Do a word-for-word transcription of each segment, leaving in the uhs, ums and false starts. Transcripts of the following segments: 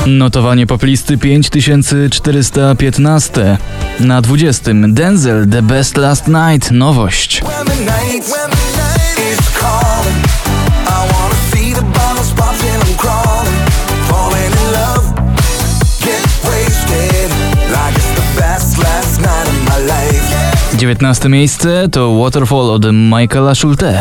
Notowanie poplisty pięć tysięcy czterysta piętnaście. Na dwudziestym Denzel, The Best Last Night, nowość. dziewiętnaste miejsce to Waterfall od Michaela Schulte.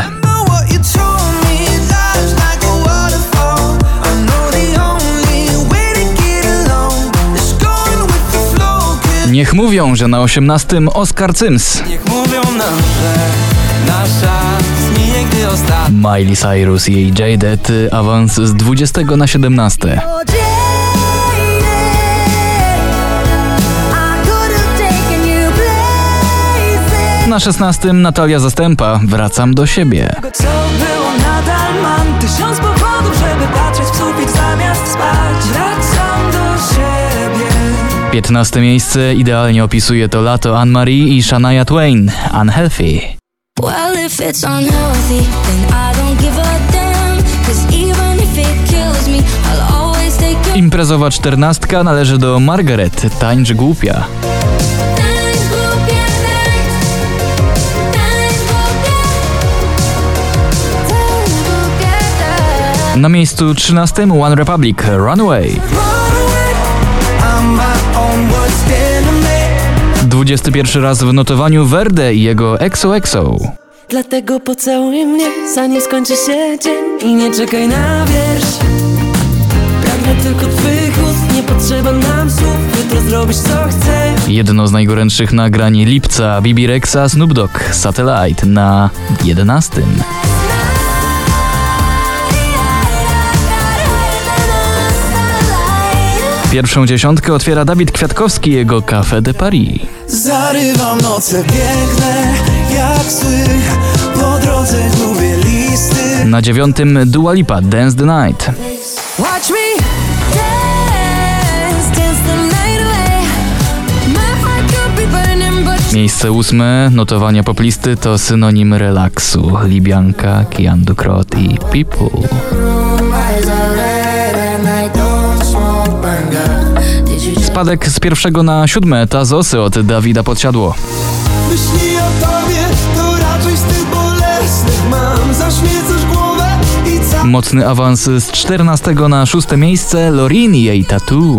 Niech mówią, że na osiemnastym Oscar Sims. Niech mówią nam, że nasza zmije, gdy ostatni. Miley Cyrus i jej Jaded, awans z dwudziestego na siedemnaste. Na szesnastym Natalia Zastępa, Wracam do siebie. Co było, nadal mam tysiąc powodów, żeby patrzeć w sufit zamiast spać. Wracam do siebie. piętnaste miejsce, idealnie opisuje to lato Anne-Marie i Shania Twain, Unhealthy. Well, if it's unhealthy, then I don't give a damn, 'cause even if it kills me, I'll always take it. Imprezowa czternastka należy do Margaret, Tańcz głupia. Na miejscu trzynastym One Republic, Runaway. dwudziesty pierwszy raz w notowaniu Verde i jego X O X O. Dlatego pocałuj mnie, zanim skończy się dzień i nie czekaj na wiersz. Pragnę tylko twych ust, nie potrzeba nam słów, jutro zrobisz co chcesz. Jedno z najgorętszych nagrań lipca, B B Rexa, Snoop Dogg, Satellite na jedenastym. Pierwszą dziesiątkę otwiera Dawid Kwiatkowski, jego Café de Paris. Zarywam noce piękne, jak sły, po drodze gubię listy. Na dziewiątym Dua Lipa, Dance the Night. Watch me dance, dance the night away. My heart could be burning, but... Miejsce ósme, notowania poplisty to synonim relaksu. Libianka, Kian Dukrot i People. Spadek z pierwszego na siódme, Tazosy od Dawida Podsiadło. Myśli o tobie, to raczej z tych bolesnych mam, zaśmiecasz głowę i ca... Mocny awans z czternastego na szóste miejsce, Lorin i jej Tattoo.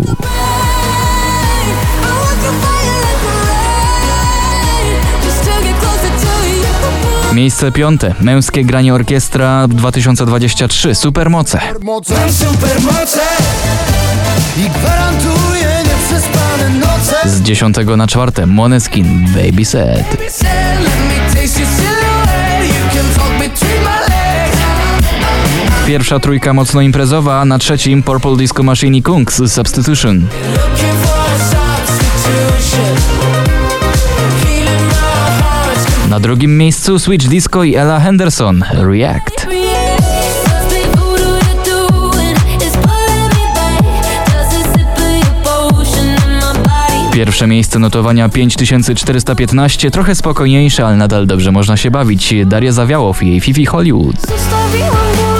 Miejsce piąte, męskie granie orkiestra dwa tysiące dwadzieścia trzy, Supermoce. Supermoce i gwarantuję nieprzespane noce. Z dziesiątego na czwarte, Måneskin, Baby Said. Pierwsza trójka mocno imprezowa, na trzecim Purple Disco Machine i Kungs, Substitution. Na drugim miejscu Switch Disco i Ella Henderson, React. Pierwsze miejsce notowania pięć tysięcy czterysta piętnaście, trochę spokojniejsze, ale nadal dobrze można się bawić. Daria Zawiałow i jej Fifi Hollywood.